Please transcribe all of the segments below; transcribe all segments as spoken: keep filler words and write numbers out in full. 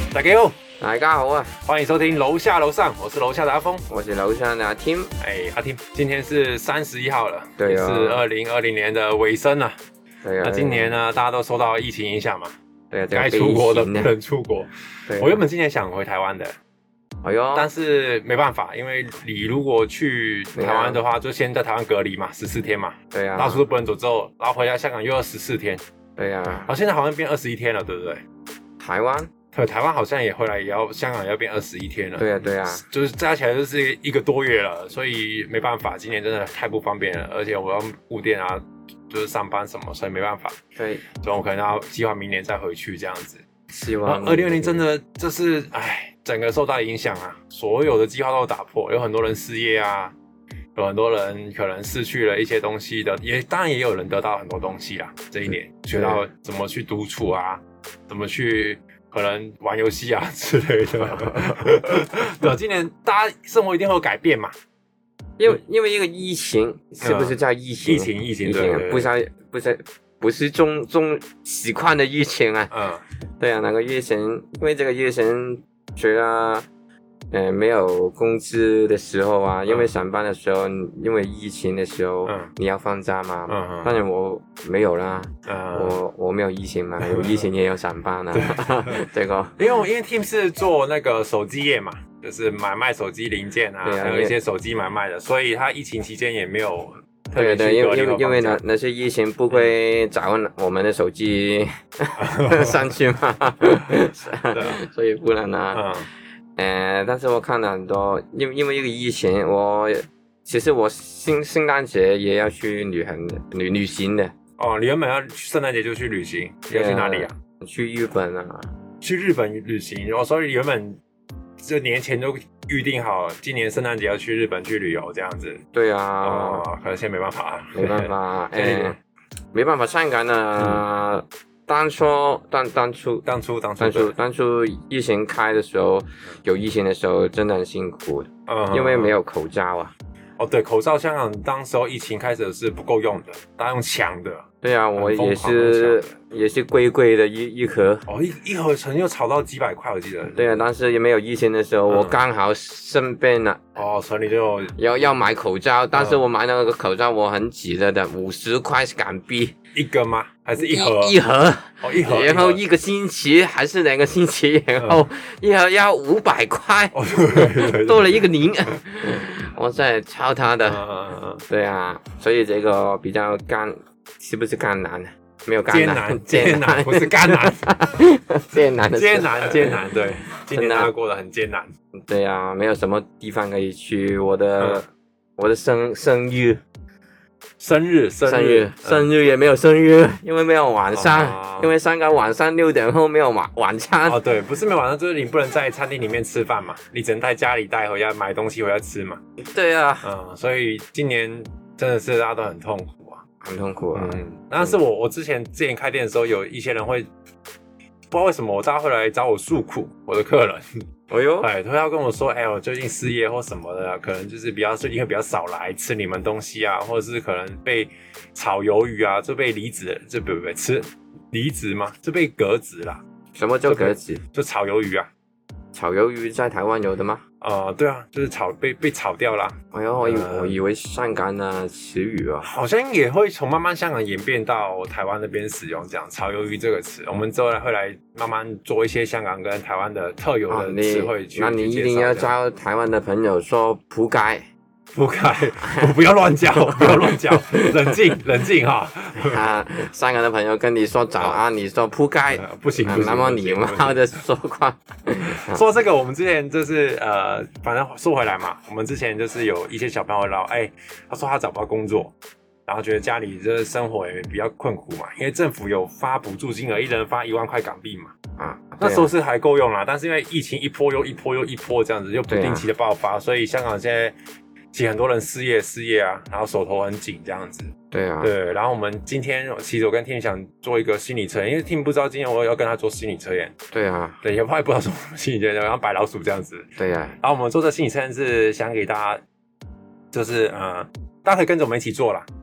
大家好， 大家好啊！ 欢迎收听楼下楼上，我是楼下的阿峰， 我是楼上的阿 Tim。 哎，阿 Tim，今天是三十一号了， 对啊， 是二零二零年的尾声了。 对啊， 那今年呢，大家都受到疫情影响嘛， 对啊， 该出国的不能出国。 对， 我原本今年想回台湾的， 哎呦， 但是没办法，因为你如果去台湾的话，就先在台湾隔离嘛，十四天嘛， 对啊， 到处都不能走，之后然后回来香港又要十四天， 对啊， 好，现在好像变二十一天了，对不对？ 台湾。 对，台湾好像也回来，也要香港也要变二十一天了。 对啊，对啊， 就是加起来就是一个多月了，所以没办法，今年真的太不方便了，而且我要顾店啊，就是上班什么，所以没办法。 对， 所以我可能要计划明年再回去这样子。 希望二零二零真的这是哎，整个受到影响啊，所有的计划都打破，有很多人失业啊，有很多人可能失去了一些东西的，也当然也有人得到很多东西啦。这一年学到怎么去独处啊，怎么去。可能玩游戏啊之类的，对，今年大家生活一定会有改变嘛， 因为因为一个疫情，是不是叫疫情？ 疫情，疫情， 疫情，不是不是不是中中习惯的疫情啊，嗯，对啊，那个疫情，因为这个疫情，除了呃没有工资的时候啊，因为上班的时候，因为疫情的时候，嗯，你要放假嘛，嗯嗯，当然我没有啦，嗯，我我没有疫情嘛，有疫情也有上班啊，这个， 因为我因为 Team 是做那个手机业嘛，就是买卖手机零件啊，还有一些手机买卖的，所以他疫情期间也没有。 对对，因为因为因为那那些疫情不会找我们的手机上去嘛，所以不能啊。嗯呃，但是我看了很多，因为因为一个疫情，我其实我圣圣诞节也要去旅行的，旅旅行的。 哦，你原本要圣诞节就去旅行，你要去哪里啊？ 去日本啊。 去日本旅行哦，所以原本这年前就预定好，今年圣诞节要去日本去旅游这样子。 对啊。 哦，可能现在没办法。 没办法，哎，没办法，香港呢。嗯当初当当初当初当初当初当初疫情开的时候，有疫情的时候真的很辛苦，嗯，因为没有口罩啊。 哦，对，口罩香港当时候疫情开始是不够用的，大家用抢的。 对啊，我也是也是贵贵的一一盒。 哦，一一盒曾经炒到几百块，我记得。 对啊，但是也没有疫情的时候，嗯、我刚好生病了。 哦，所以你就要要买口罩，但是我买那个口罩我很挤了的，五十块港币一个吗？还是一盒？ 一, 一盒。 哦，一盒。 然后一个星期还是两个星期，然后一盒要五百块， 哦，对对对， 多了一个零。我在抄他的。 嗯、 对啊，所以这个比较干。是不是艰难？没有艰难，艰难不是艰难， 艰难的艰难，艰难。对，今年大家过得很艰难。 对啊，没有什么地方可以去。我的、嗯、我的生生日， 生日，生日，生日也没有生日，因为没有晚上，哦、因为香港晚上六点后没有晚晚餐。 哦，对，不是没有晚上，就是你不能在餐厅里面吃饭嘛，你只能在家里带回家买东西回家吃嘛。 对啊， 嗯，所以今年真的是大家都很痛苦。 很痛苦啊！ 嗯，但是我我之前之前开店的时候，有一些人会不知道为什么，大家会来找我诉苦，我的客人， 哎呦， 哎，他要跟我说，哎，我最近失业或什么的，可能就是比较最近会比较少来吃你们东西啊，或者是可能被炒鱿鱼啊，就被离职，就不不不吃离职吗？就被革职啦。 什么叫革职？ 就炒鱿鱼啊。 炒鱿鱼在台湾有的吗？ 呃，对啊，就是炒被被炒掉啦。 哎呦，我以、呃、我以为香港的词语啊， 好像也会从慢慢香港演变到台湾那边使用这样炒鱿鱼这个词。我们之后会来慢慢做一些香港跟台湾的特有的词汇去、 啊、那你一定要教台湾的朋友说仆街。 不该，我不要乱叫，不要乱叫，冷静，冷静哈。 啊，香港的朋友跟你说早安，你说扑街、 呃，不行，不行， 那么礼貌的说话。 说这个，我们之前就是呃，反正说回来嘛，我们之前就是有一些小朋友聊，哎、欸，他说他找不到工作，然后觉得家里这生活也比较困苦嘛，因为政府有发补助金额，一人发一万块港币嘛。啊，那时候是还够用啦，但是因为疫情一波又一波又一波这样子，又不定期的爆发，所以香港现在。其实很多人失业失业啊，然后手头很紧这样子。 对啊， 对。然后我们今天其实我跟 Tim 想做一个心理测验，因为 Tim 不知道今天我要跟他做心理测验。 对啊， 对，也不知道什么心理测验，然后白老鼠这样子。 对啊。 然后我们做这心理测验是想给大家，就是呃，大家可以跟着我们一起做啦。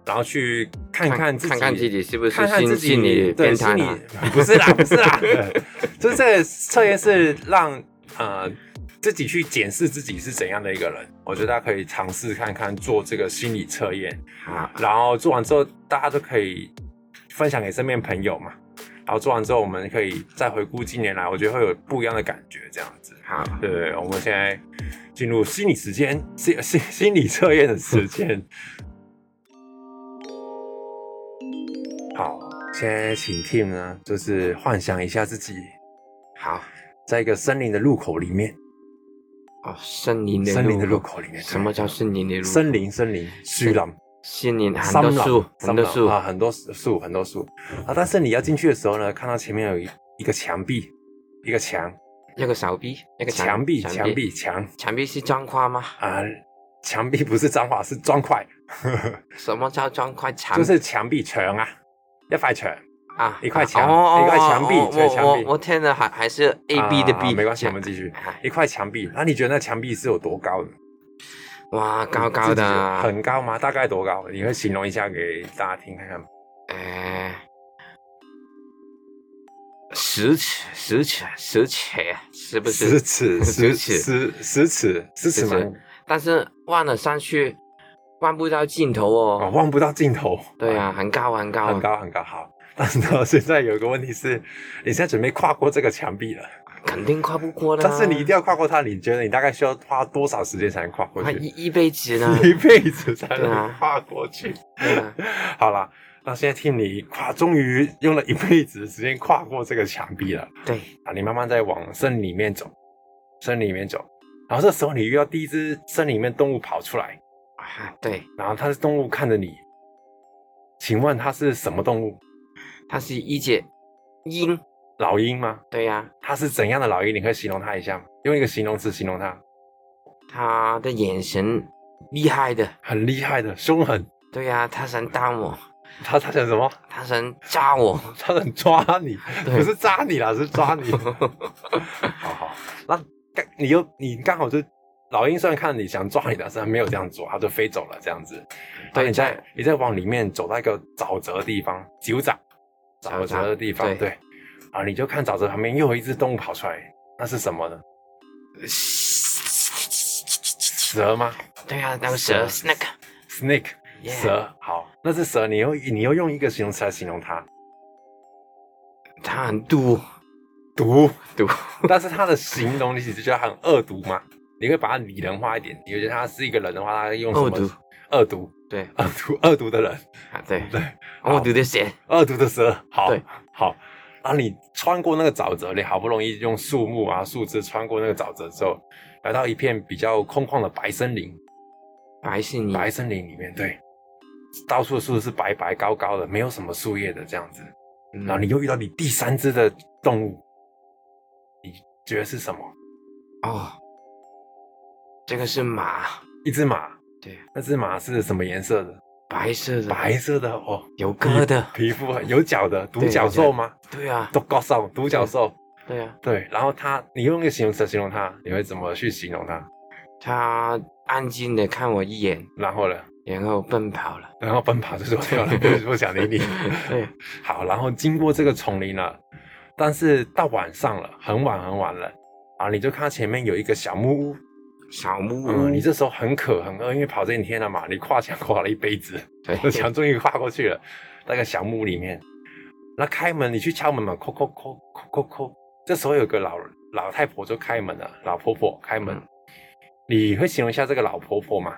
然后去看看自己， 看看自己是不是看看自己心理对变态、啊、 心理不是啦，不是啦，就是这个测验是让呃自己去检视自己是怎样的一个人。我觉得大家可以尝试看看做这个心理测验， 啊， 然后做完之后大家都可以分享给身边朋友嘛。然后做完之后，我们可以再回顾近年来，我觉得会有不一样的感觉，这样子。 好， 对对对，我们现在进入心理时间，心心心理测验的时间。好，现在请 Tim 呢，就是幻想一下自己， 好， 在一个森林的路口里面。 哦，森林的森林的路口里面， 什么叫森林的路口？ 森林，森林，树林。 森林很多树，很多树啊，很多树，很多树啊。但是你要进去的时候呢，看到前面有一一个墙壁，一个墙， 一个小壁，一个墙壁，墙壁，墙， 墙壁是砖块吗？ 啊，墙壁不是砖块，是砖块。 什么叫砖块？墙就是墙壁墙啊，一块墙啊， 一块墙， 哦、 一块墙壁， 哦、 就是墙壁。 我我天哪，还还是 A B 的 B，、 啊、没关系，我们继续。一块墙壁，那你觉得那墙壁是有多高的？ 哇，高高的、啊， 很高吗？大概多高？你会形容一下给大家听看看吗？ 呃，十尺，十尺，十尺，是不是？ 十尺，十尺，十十尺，十尺吗？ 但是望了上去，望不到尽头哦， 哦望不到尽头。 对啊，很高，很高， 很高，很高。好，但是呢，现在有一个问题是，你现在准备跨过这个墙壁了。 肯定跨不过的、啊， 但是你一定要跨过它。你觉得你大概需要花多少时间才能跨过去？ 一一辈子呢？ 一辈子才能跨过去。 对啊， 好啦，那现在听你跨，终于用了一辈子的时间跨过这个墙壁了。 对啊，你慢慢在往森林里面走，森林里面走。然后这时候你遇到第一只森林里面动物跑出来啊，对， 然后它是动物看着你，请问它是什么动物？ 它是一只鹰。 老鹰吗？ 对呀、啊， 它是怎样的老鹰？你可以形容它一下吗？用一个形容词形容它。 它的眼神厉害的， 很厉害的，凶狠。 对呀、啊，它想打我。 他他想什么？ 他想扎我。 他想抓你，不是扎你啦，是抓你。好好，那你又你刚好就老鹰虽然看你想抓你的，但是他没有这样做，他就飞走了这样子。对，你在你在往里面走到一个沼泽的地方，九沼沼泽的地方，对。对啊！你就看沼泽旁边又有一只动物跑出来，那是什么呢？蛇吗？ 对啊，那个蛇 snake snake 蛇。好，那是蛇，你又你又用一个形容词来形容它， 它很毒毒毒， 但是它的形容你只是觉得它很恶毒吗？你会把它拟人化一点，你觉得它是一个人的话，他用什么？ 恶毒， 恶毒， 对， 恶毒，恶毒的人啊，对对， 恶毒的蛇， 恶毒的蛇，好， 对， 好。然后你穿过那个沼泽，你好不容易用树木啊、树枝穿过那个沼泽之后，来到一片比较空旷的白森林。 白森林， 白森林里面，对，到处的树是白白高高的，没有什么树叶的这样子。嗯、然后你又遇到你第三只的动物，你觉得是什么？ 哦，这个是马， 一只马。 对， 那只马是什么颜色的？ 白色的， 白色的哦， 有疙的皮肤，有角的，独角兽吗？ 对啊， 独角兽，独角兽， 对啊， 对。然后它，你用一个形容词形容它，你会怎么去形容它？ 它安静的看我一眼， 然后呢？ 然后奔跑了， 然后奔跑就是我跳了，不不想理你。 对， 好，然后经过这个丛林了，但是到晚上了，很晚很晚了啊，你就看到前面有一个小木屋。 小木屋、 嗯，你这时候很渴很饿，因为跑这一天了嘛，你跨墙跨了一辈子， 对， 墙终于跨过去了。那个小木屋里面，那开门，你去敲门嘛，叩叩叩叩叩叩。这时候有个老老太婆就开门了，老婆婆开门。嗯、你会形容一下这个老婆婆吗？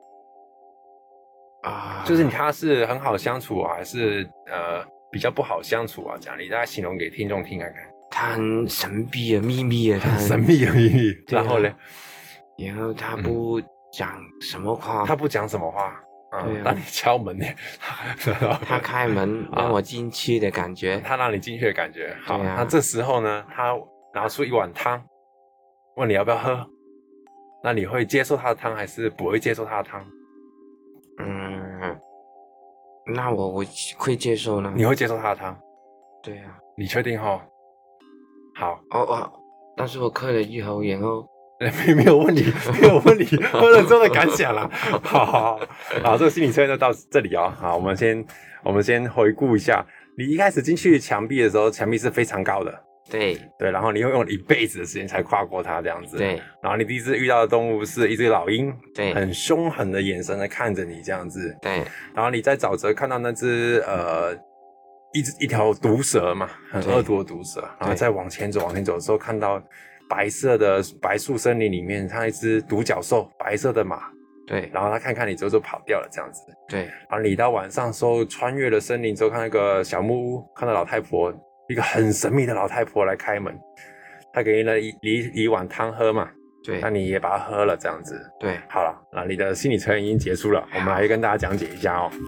啊， 就是她是很好相处啊，还是呃比较不好相处啊？这样，你大概形容给听众听看看。 她很神秘的秘密啊， 很神秘的秘密。然后呢？ 然后他不讲什么话， 嗯、他不讲什么话，嗯，啊、当你敲门呢， 他开门让我进去的感觉， 他让你进去的感觉。好， 啊、 那这时候呢，他拿出一碗汤，问你要不要喝，那你会接受他的汤还是不会接受他的汤？ 嗯，那我我会接受呢。 你会接受他的汤？ 对啊， 你确定齁？好， 哦哦，但是我喝了一口，然后。 没没有问题，没有问题，喝了之后的感想啦。好好好，好，这个心理测验就到这里哦。好，我们先我们先回顾一下，你一开始进去墙壁的时候，墙壁是非常高的。 对对，然后你会用一辈子的时间才跨过它，这样子。 对， 然后你第一次遇到的动物是一只老鹰， 对， 很凶狠的眼神的看着你，这样子。 对， 然后你在沼泽看到那只呃一只一条毒蛇嘛，很恶毒的毒蛇，然后再往前走，往前走的时候看到白色的白树森林里面，它一只独角兽，白色的马。 对， 然后它看看你之后就跑掉了，这样子。 对， 然后你到晚上的时候穿越了森林之后，看那个小木屋，看到老太婆。一个很神秘的老太婆来开门，她给你了一一一碗汤喝嘛， 对， 那你也把它喝了，这样子。 对， 好了，那你的心理测验已经结束了，我们来跟大家讲解一下哦。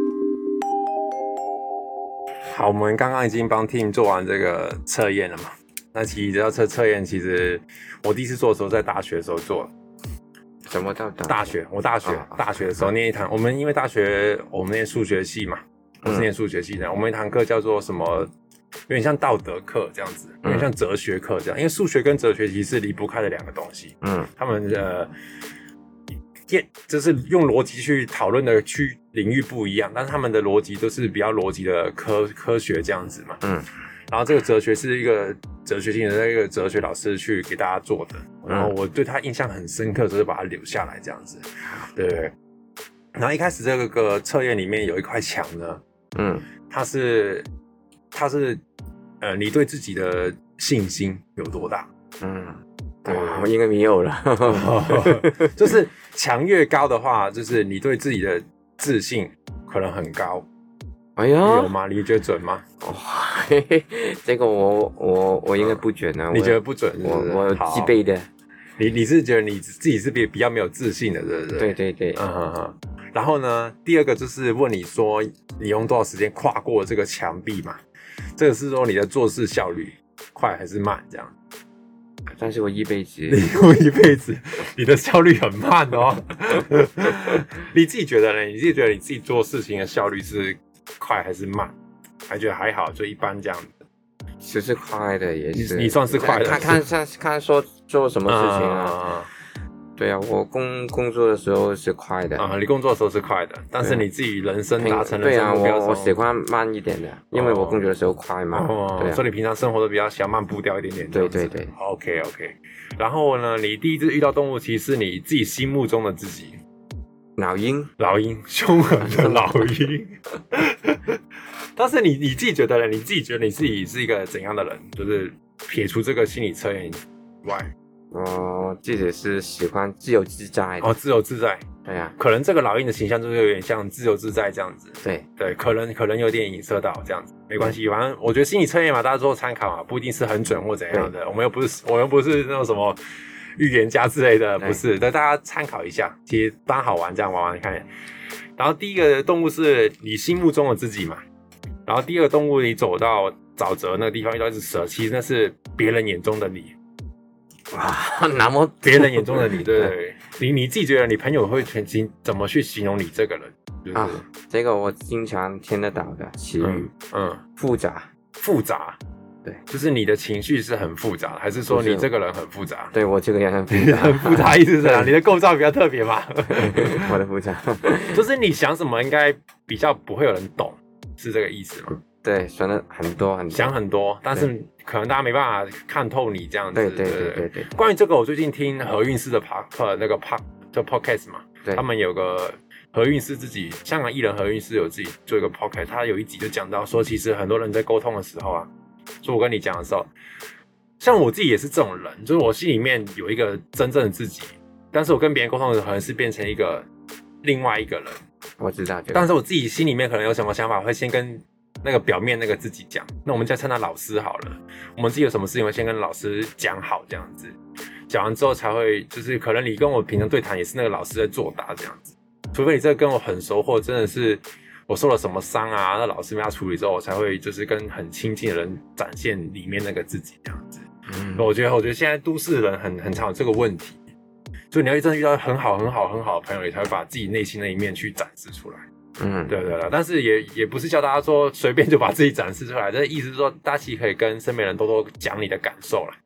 好，我们刚刚已经帮 Tim 做完这个测验了嘛？那其实这道测测验，其实我第一次做的时候在大学的时候做。 什么到大大学？我大学、哦、大学的时候念一堂，我们因为大学我们念数学系嘛，我是念数学系的，嗯、我们一堂课叫做什么？有点像道德课这样子，有点像哲学课这样，因为数学跟哲学其实是离不开的两个东西。嗯，他们呃，就是用逻辑去讨论的区领域不一样，但是他们的逻辑都是比较逻辑的科科学这样子嘛。嗯，然后这个哲学是一个哲学性的那个哲学老师去给大家做的，然后我对他印象很深刻，所以把它留下来这样子。对对。然后一开始这个测验里面有一块墙呢，嗯，它是。它是，呃，你对自己的信心有多大？嗯， 对，我应该没有了。 就是墙越高的话，就是你对自己的自信可能很高。 哎呀， 有吗？你觉得准吗？ 哦，嘿嘿，这个我我我应该不准啊。 你觉得不准是不是？ 我我自备的。 你你是觉得你自己是比比较没有自信的，对不对？ 对对对。 嗯哼哼。然后呢，第二个就是问你说，你用多少时间跨过这个墙壁嘛？这个是说你的做事效率快还是慢这样？ 但是我一辈子， 你用一辈子，你的效率很慢哦。你自己觉得呢？你自己觉得你自己做事情的效率是快还是慢？还觉得还好，就一般这样子。 其实快的也是， 你, 你算是快的。 看看看看说做什么事情啊？嗯对啊，我工工作的时候是快的啊、嗯，你工作的时候是快的，但是你自己人生达成人生目标的时候， 对啊，我我喜欢慢一点的，因为我工作的时候快嘛， 哦，对啊、所以你平常生活都比较想慢步调一点点。 对对对 ，OK OK。然后呢，你第一次遇到动物，其实是你自己心目中的自己， 老鹰， 老鹰，凶狠的老鹰。但是你你自己觉得呢？你自己觉得你自己是一个怎样的人？就是撇除这个心理测验以外。 我自己是喜欢自由自在的哦，自由自在， 对呀、啊， 可能这个老鹰的形象就是有点像自由自在这样子， 对对，可能可能有点影射到这样子，没关系，反正我觉得心理测验嘛，大家做参考嘛，不一定是很准或怎样的，我们又不是我们又不是那种什么预言家之类的，不是，但大家参考一下，其实当好玩这样玩玩看。然后第一个动物是你心目中的自己嘛，然后第二个动物你走到沼泽那个地方遇到一只蛇，其实那是别人眼中的你。 哇，那么别人眼中的你，对对对，你你自己觉得你朋友会全形怎么去形容你这个人？就是、 啊，这个我经常听得到的词语，嗯，嗯复杂， 复杂， 对， 就是你的情绪是很复杂，还是说你这个人很复杂？ 对我这个人很复杂， 很复杂，意思是这样，你的构造比较特别嘛？ 我的复杂， 就是你想什么应该比较不会有人懂，是这个意思吗？ 对，想的很多很多， 想很多，但是可能大家没办法看透你这样子。 对对对对 对, 对。 关于这个，我最近听何韵诗的 pod 那个 pod 就 podcast 嘛，他们有个何韵诗自己香港艺人何韵诗有自己做一个 podcast， 他有一集就讲到说，其实很多人在沟通的时候啊，说我跟你讲的时候，像我自己也是这种人，就是我心里面有一个真正的自己，但是我跟别人沟通的时候，可能是变成一个另外一个人。 我知道， 但是我自己心里面可能有什么想法，会先跟那个表面那个自己讲，那我们再称他老师好了。我们自己有什么事情会先跟老师讲好，这样子讲完之后才会，就是可能你跟我平常对谈也是那个老师在作答这样子。除非你这个跟我很熟，或者真的是我受了什么伤啊，那老师没他处理之后，我才会就是跟很亲近的人展现里面那个自己这样子。嗯，我觉得我觉得现在都市人很很常有这个问题，所以你要真的遇到很好很好很好的朋友，你才会把自己内心的一面去展示出来。嗯，对对对，但是也也不是叫大家说随便就把自己展示出来，这意思是说，大家其实可以跟身边人多多讲你的感受啦。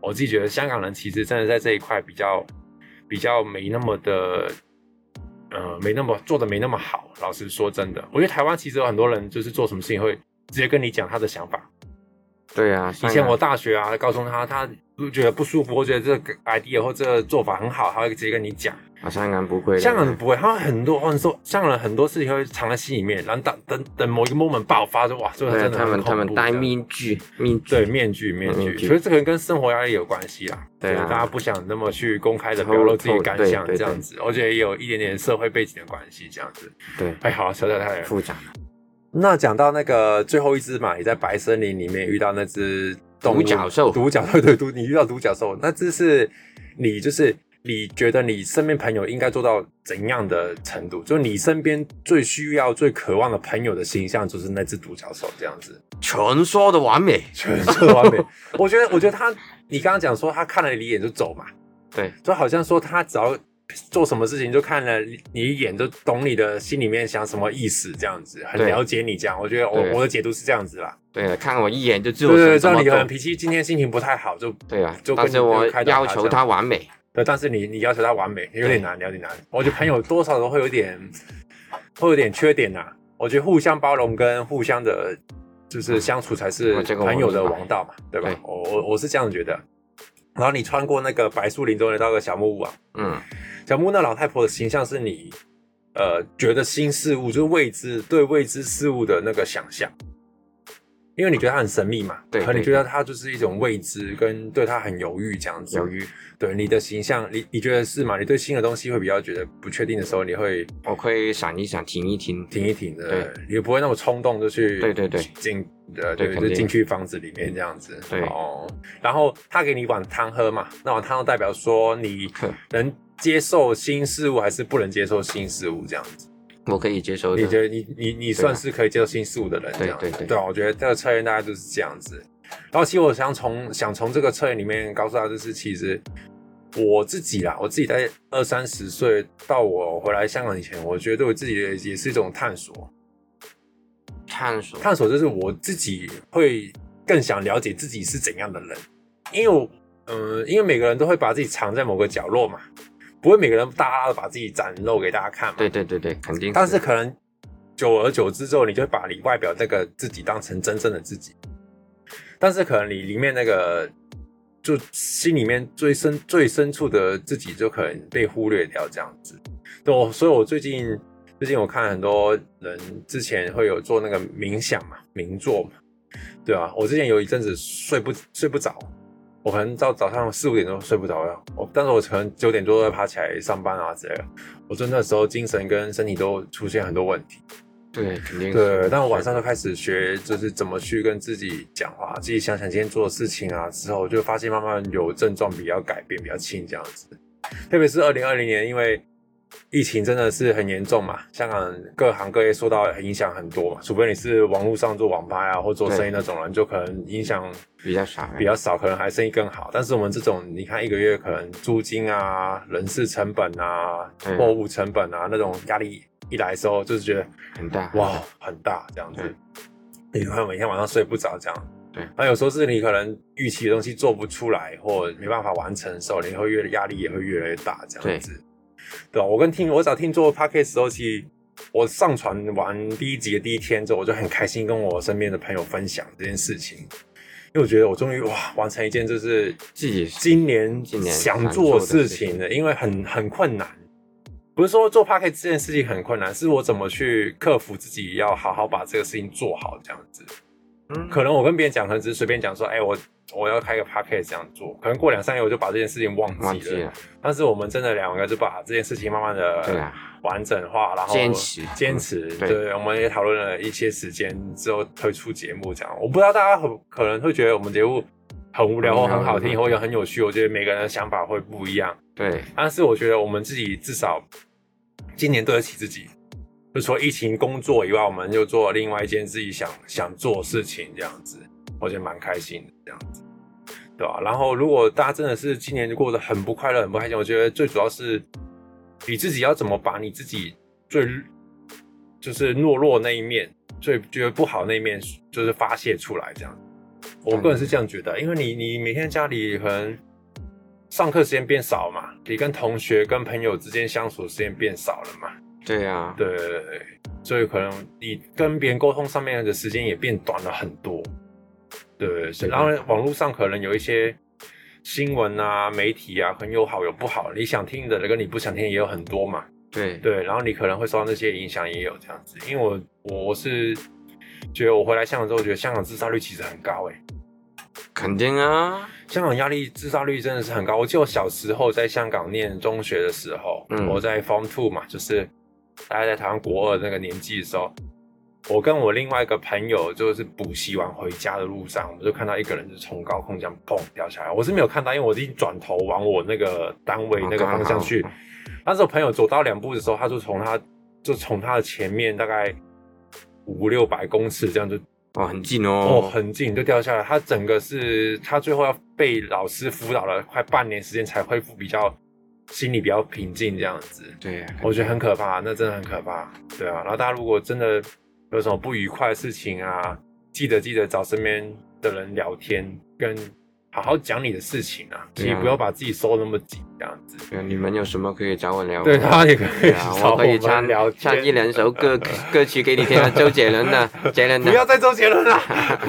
我自己觉得香港人其实真的在这一块比较比较没那么的，呃，没那么做的没那么好。老实说真的，我觉得台湾其实有很多人就是做什么事情会直接跟你讲他的想法。 对啊， 以前我大学啊，告诉他，他觉得不舒服，或觉得这个 idea 或这个做法很好，他会直接跟你讲。 啊，香港不会， 香港人不会，他们很多，或者说香港人很多事情会藏在心里面，然后等等等某一个 moment 爆发，就哇，这个真的他们他们戴面具，面具对面具面具，所以这个跟生活压力有关系啦。 对啊， 大家不想那么去公开的表露自己感想，这样子，我觉得也有一点点社会背景的关系，这样子。 对， 哎，好，扯得太复杂。 那讲到那个最后一只嘛，你在白森林里面遇到那只独角兽， 独角对对独，你遇到独角兽，那只是你就是你觉得你身边朋友应该做到怎样的程度？就你身边最需要、最渴望的朋友的形象，就是那只独角兽这样子， 蜷缩的完美， 蜷缩的完美。我觉得，我觉得他，你刚刚讲说他看了你一眼就走嘛， 对， 就好像说他只要做什么事情就看了你一眼就懂你的心里面想什么意思，这样子很了解你这样。我觉得我我的解读是这样子啦。 对，看我一眼就知道。 对对，知道你可能脾气今天心情不太好，就对啊， 就但是我要求他完美。 对，但是你你要求他完美有点难，有点难。我觉得朋友多少都会有点会有点缺点呐、啊。我觉得互相包容跟互相的，就是相处才是朋友的王道嘛，对吧？我我我是这样觉得。然后你穿过那个白树林中来到个小木屋啊，嗯，小木屋那老太婆的形象是你呃觉得新事物就是未知对未知事物的那个想象。因为你觉得它很神秘嘛， 对， 可你觉得它就是一种未知，跟对它很犹豫这样子。 犹豫， 对你的形象，你你觉得是吗？你对新的东西会比较觉得不确定的时候，你会， 我会想一想，停一停， 停一停的， 对， 你不会那么冲动就去， 对对对， 进，呃，对，就进去房子里面这样子。 对， 哦，然后他给你一碗汤喝嘛，那碗汤代表说你能接受新事物还是不能接受新事物这样子。 我可以接受的， 你觉得你你你算是可以接受新事物的人，这样对对对， 对啊，我觉得这个测验大概就是这样子。然后其实我想从想从这个测验里面告诉他，就是其实我自己啦，我自己在二三十岁到我回来香港以前，我觉得对我自己也是一种探索。 探索， 探索就是我自己会更想了解自己是怎样的人，因为我嗯、呃，因为每个人都会把自己藏在某个角落嘛。不会每个人大大的把自己展露给大家看嘛？ 对对对对，肯定是。 但是可能久而久之之后，你就会把你外表那个自己当成真正的自己。但是可能你里面那个，就心里面最深最深处的自己，就可能被忽略掉这样子。对，所以我最近最近我看很多人之前会有做那个冥想嘛，冥坐嘛，对啊，我之前有一阵子睡不睡不着。我可能到早上四五点钟睡不着了，我但是我可能九点多会爬起来上班啊之类的。我真的时候精神跟身体都出现很多问题。 对，肯定是。 对，但我晚上就开始学，就是怎么去跟自己讲话，自己想想今天做的事情啊，之后就发现慢慢有症状比较改变，比较轻这样子。特别是二零二零年，因为疫情真的是很严重嘛，香港各行各业受到影响很多嘛，除非你是网络上做网拍啊或做生意那种人，就可能影响比较少， 比较少，可能还生意更好。但是我们这种，你看一个月可能租金啊、人事成本啊、货物成本啊那种压力一来的时候，就是觉得很大， 哇，很大这样子。你可能每天晚上睡不着这样。 对， 那有时候是你可能预期的东西做不出来，或没办法完成的时候，你会越压力也会越来越大这样子。对吧？我跟听我找听做 podcast 的时候，其实我上传完第一集的第一天之后，我就很开心跟我身边的朋友分享这件事情，因为我觉得我终于哇完成一件就是自己今年想做的事情了，因为很很困难。不是说做 podcast 这件事情很困难，是我怎么去克服自己，要好好把这个事情做好这样子。嗯，可能我跟别人讲，可能只是随便讲说，哎、欸，我我要开个 podcast 这样做，可能过两三个月我就把这件事情忘记了。忘记了。但是我们真的两个就把这件事情慢慢的完整化，然后坚持坚持。 对， 对，我们也讨论了一些时间之后推出节目这样。我不知道大家很可能会觉得我们节目很无聊或很好听，或者很有趣。我觉得每个人的想法会不一样。 对， 但是我觉得我们自己至少今年对得起自己。就除了疫情工作以外，我们又做了另外一件自己想想做的事情，这样子，我觉得蛮开心的，这样子，对吧？然后，如果大家真的是今年过得很不快乐、很不开心，我觉得最主要是你自己要怎么把你自己最就是懦弱那一面、最觉得不好那一面，就是发泄出来，这样。 我个人是这样觉得，因为你你每天家里可能上课时间变少嘛，你跟同学跟朋友之间相处的时间变少了嘛。 对啊， 对对对，所以可能你跟别人沟通上面的时间也变短了很多。对对对，然后网络上可能有一些新闻啊、媒体啊，很有好有不好，你想听的跟你不想听也有很多嘛。 对对，然后你可能会受到那些影响，也有这样子。因为我我我是觉得我回来香港之后，我觉得香港自杀率其实很高哎。 肯定啊， 香港压力自杀率真的是很高。我记得我小时候在香港念中学的时候，嗯、我在 Form Two 嘛，就是大概在台湾国二那个年纪的时候，我跟我另外一个朋友就是补习完回家的路上，我们就看到一个人就从高空这样砰掉下来。我是没有看到，因为我已经转头往我那个单位那个方向去。哦、但是我朋友走到两步的时候，他就从他就从他的前面大概五六百公尺这样就。 哦，很近哦， 哦，很近就掉下来。他整个是，他最后要被老师辅导了快半年时间才恢复比较心理比较平静这样子。 对， 我觉得很可怕，那真的很可怕。对啊，然后大家如果真的有什么不愉快的事情啊，记得记得找身边的人聊天，跟好好讲你的事情啊，其实不要把自己收那么紧这样子。 对，你们有什么可以找我聊？ 对，他也可以找我可以唱聊唱一两首歌歌曲给你听啊，周杰伦的，杰伦的。 不要再周杰伦了。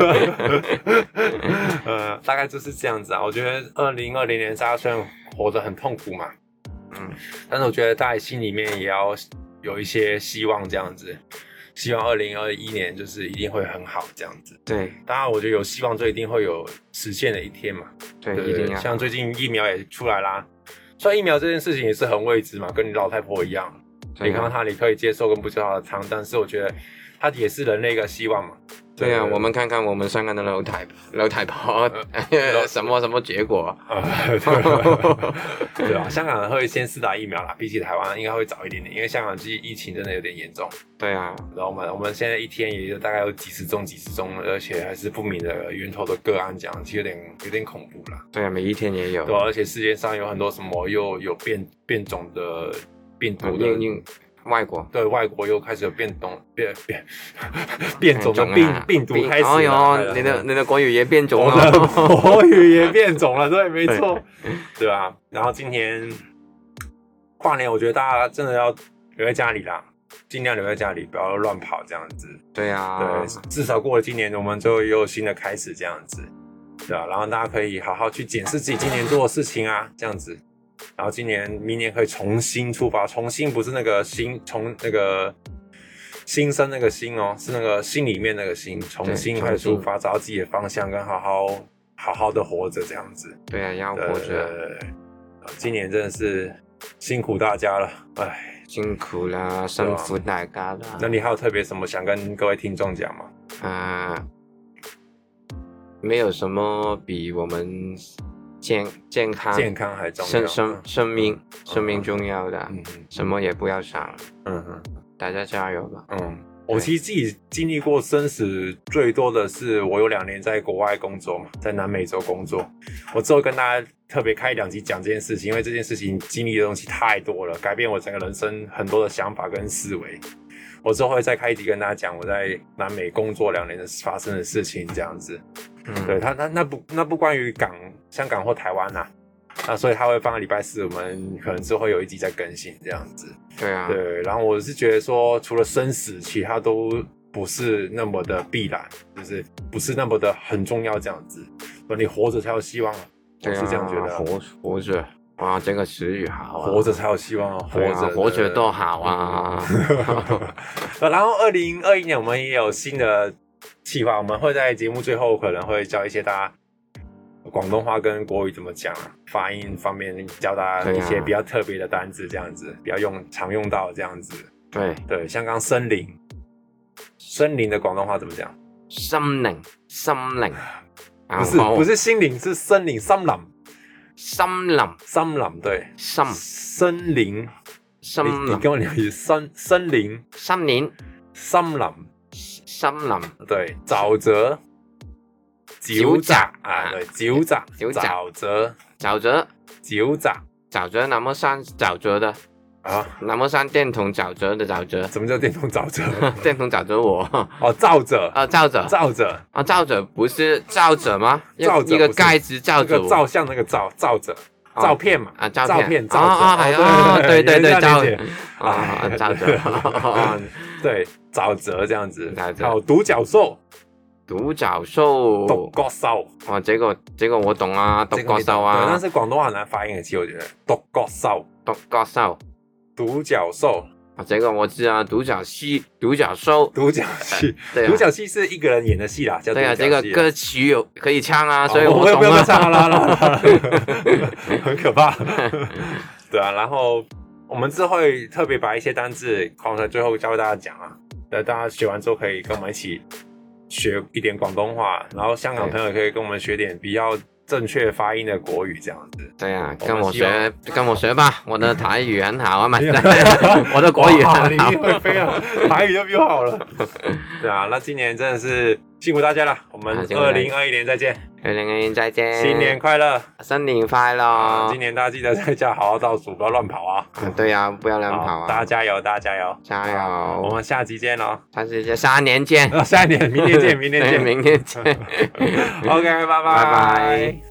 呃，大概就是这样子啊。我觉得二零二零年大家虽然活得很痛苦嘛，嗯，但是我觉得大家心里面也要有一些希望这样子。希望二零二一年就是一定会很好这样子。 对， 当然我觉得有希望就一定会有实现的一天嘛。 对， 对一定要。 像最近疫苗也出来啦，虽然疫苗这件事情也是很未知嘛，跟你老太婆一样，你看到它你可以接受跟不接受它的汤，但是我觉得它也是人类一个希望嘛。 对啊，我们看看我们香港的老太老太婆、呃、什么什么结果、 呃、对, 对啊，香港人会先施打疫苗啦，比起台湾应该会早一点点，因为香港疫疫情真的有点严重。 对啊， 然后我们我们现在一天也就大概有几十宗几十宗，而且还是不明的源头的个案，这样其实有点有点恐怖啦。 对啊，每一天也有。 对、啊，而且世界上有很多什么又有变变种的病毒的。 嗯外国对外国又开始有变种变变变种的病、啊、病毒开始了。 哦哟，你的你的国语也变种了， 我的国语也变种了，对，没错，对吧、啊？然后今年跨年，我觉得大家真的要留在家里啦，尽量留在家里，不要乱跑这样子。 对啊， 对，至少过了今年，我们就有新的开始这样子，对啊。然后大家可以好好去检视自己今年做的事情啊，这样子。然后今年、明年可以重新出发，重新不是那个新，从那个新生那个新哦，是那个心里面那个新，重新开始出发，找到自己的方向，跟好好好好的活着这样子。 对啊，要活着。 呃，今年真的是辛苦大家了，哎， 辛苦啦，辛苦大家啦。 那你还有特别什么想跟各位听众讲吗？ 啊、呃，没有什么比我们。健健康健康还重要， 生生生命、嗯、生命重要的， 嗯， 什么也不要想， 嗯嗯， 大家加油吧。 嗯，我其实自己经历过生死最多的是，我有两年在国外工作嘛，在南美洲工作。我之后跟大家特别开两集讲这件事情，因为这件事情经历的东西太多了，改变我整个人生很多的想法跟思维。我之后会再开一集跟大家讲我在南美工作两年的发生的事情，这样子。嗯，对他，那那不那不关于港、香港或台湾呐、啊，那所以他会放在礼拜四，我们可能是会有一集在更新这样子。 对啊， 对，然后我是觉得说，除了生死，其他都不是那么的必然，就是不是那么的很重要这样子。你活着才有希望，我是这样觉得。 活活着。哇，这个词语好、啊， 活着才有希望啊！活着、 啊，活着多好啊！ 然后二零二一年我们也有新的企划，我们会在节目最后可能会教一些大家广东话跟国语怎么讲啊，发音方面教大家一些比较特别的单字，这样子比较用常用到这样子。 对对，像刚森林，森林的广东话怎么讲？ 森林，森林， 不是不是心灵，是森林，森林。 森林， 森林对， 森森林， 森林， 你, 你跟我聊一森森林， 森林， 森林， 森林， 对，沼澤，沼澤啊，對，沼澤，沼澤， 沼澤， 沼澤， 沼澤，那麼山沼澤的， 啊， 南木山电筒沼泽的沼泽。 什么叫电筒沼泽？ 电筒沼泽我。 哦，罩着啊，罩着， 罩着啊，罩着不是罩着吗？ 罩着一个盖子罩着我。 照相那个照罩着。照片嘛， 啊，照片， 照着，啊，对对对，照啊，照着， 对，沼泽这样子。 还有独角兽， 独角兽， 独角兽， 哇，这个这个我懂啊，独角兽啊， 对，但是广东话很难发音的，其实我觉得，独角兽， 独角兽， 独角兽。 啊，这个我知啊，独角戏、独角兽、 独角戏，对、啊，独角戏是一个人演的戏啦，叫独角戏。 对啊，这个歌曲有可以唱啊，所以我懂啊。 不要唱啦啦啦，很可怕。对啊，然后我们之后会特别把一些单字放在最后教大家讲啊，对，大家学完之后可以跟我们一起学一点广东话，然后香港朋友也可以跟我们学点比较正确发音的国语这样子。 对啊，跟我学，跟我学吧，我的台语很好啊，买我的国语很好， 你一定会飞啊，台语就比我好了。对啊，那今年真的是辛苦大家了，我们二零二一年再见。 二零二一年再见， 新年快乐， 新年快乐、啊！ 今年大家记得在家好好倒数，不要乱跑啊！ 嗯、对呀、啊，不要乱跑啊！ 大家加油，大家加油， 加油！ 我们下期见喽！ 下期见，下年见！ 下年，明天见，明天见， 明天见。 OK， 拜拜， 拜拜。